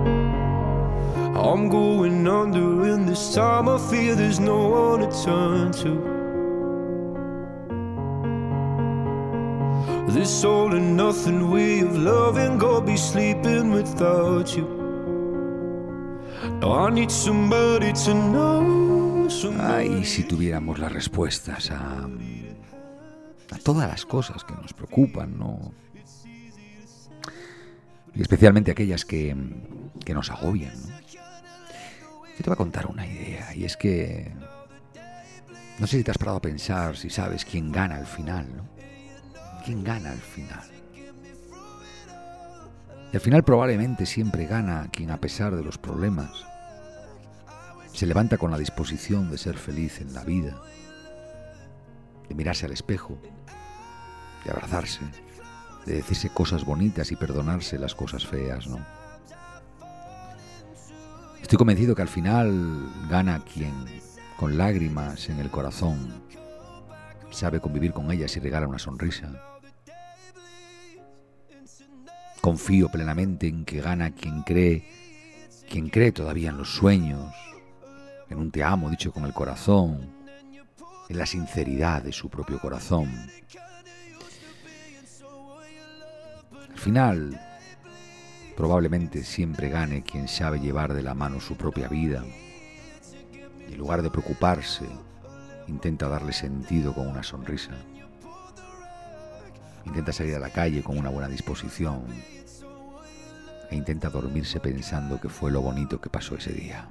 I'm going under, and this time I fear there's no one to turn to. This all and nothing way of loving, go be sleeping without you. No, I need somebody to know. Ay, si tuviéramos las respuestas a, a todas las cosas que nos preocupan, ¿no? Y especialmente aquellas que, que nos agobian, ¿no? Yo te voy a contar una idea, y es que no sé si te has parado a pensar, si sabes quién gana al final, ¿no? ¿Quién gana al final? Y al final probablemente siempre gana quien, a pesar de los problemas, se levanta con la disposición de ser feliz en la vida, de mirarse al espejo, de abrazarse, de decirse cosas bonitas y perdonarse las cosas feas, ¿no? Estoy convencido que al final gana quien, con lágrimas en el corazón, sabe convivir con ellas y regala una sonrisa. Confío plenamente en que gana quien cree, quien cree todavía en los sueños, en un te amo dicho con el corazón, en la sinceridad de su propio corazón. Al final, probablemente siempre gane quien sabe llevar de la mano su propia vida y en lugar de preocuparse, intenta darle sentido con una sonrisa. Intenta salir a la calle con una buena disposición e intenta dormirse pensando que fue lo bonito que pasó ese día.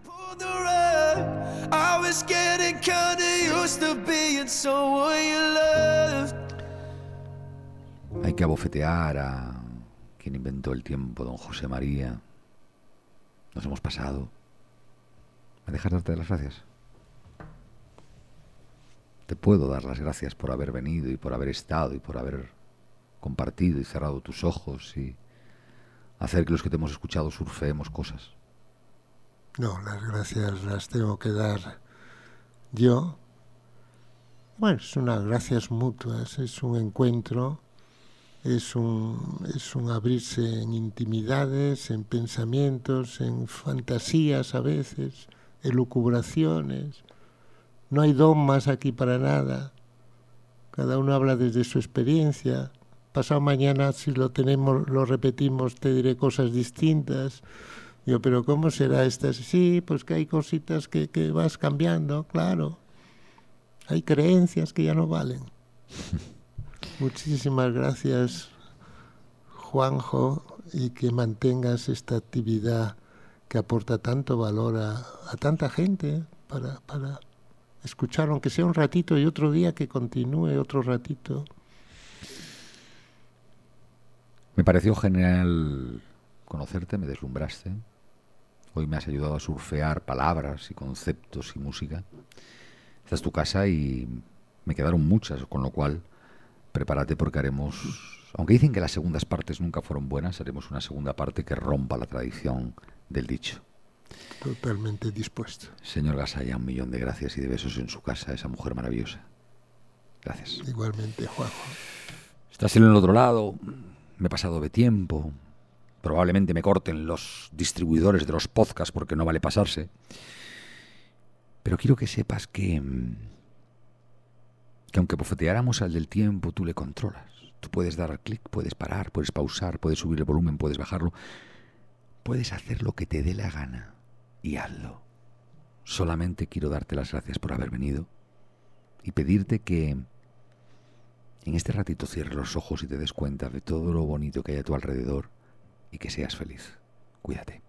Hay que abofetear a quien inventó el tiempo, don José María. Nos hemos pasado. ¿Me dejas darte las gracias? Te puedo dar las gracias por haber venido y por haber estado y por haber compartido y cerrado tus ojos y hacer que los que te hemos escuchado surfeemos cosas. No, las gracias las tengo que dar yo. Bueno, es unas gracias mutuas, es un encuentro, es un, es un abrirse en intimidades, en pensamientos, en fantasías a veces, elucubraciones. No hay dogmas aquí para nada. Cada uno habla desde su experiencia. Pasado mañana, si lo tenemos, lo repetimos, te diré cosas distintas. Yo, pero ¿cómo será esta? Sí, pues que hay cositas que, que vas cambiando, claro. Hay creencias que ya no valen. Muchísimas gracias, Juanjo, y que mantengas esta actividad que aporta tanto valor a, a tanta gente para, para escuchar, aunque sea un ratito, y otro día que continúe otro ratito. Me pareció genial conocerte, me deslumbraste. Hoy me has ayudado a surfear palabras y conceptos y música. Esta es tu casa y me quedaron muchas, con lo cual prepárate porque haremos, aunque dicen que las segundas partes nunca fueron buenas, haremos una segunda parte que rompa la tradición del dicho. Totalmente dispuesto. Señor Gasalla, un millón de gracias y de besos en su casa, esa mujer maravillosa. Gracias. Igualmente, Juanjo. Estás en el otro lado, me he pasado de tiempo, probablemente me corten los distribuidores de los podcasts porque no vale pasarse. Pero quiero que sepas que, que aunque bofeteáramos al del tiempo, tú le controlas. Tú puedes dar al clic, puedes parar, puedes pausar, puedes subir el volumen, puedes bajarlo. Puedes hacer lo que te dé la gana y hazlo. Solamente quiero darte las gracias por haber venido y pedirte que en este ratito cierres los ojos y te des cuenta de todo lo bonito que hay a tu alrededor y que seas feliz. Cuídate.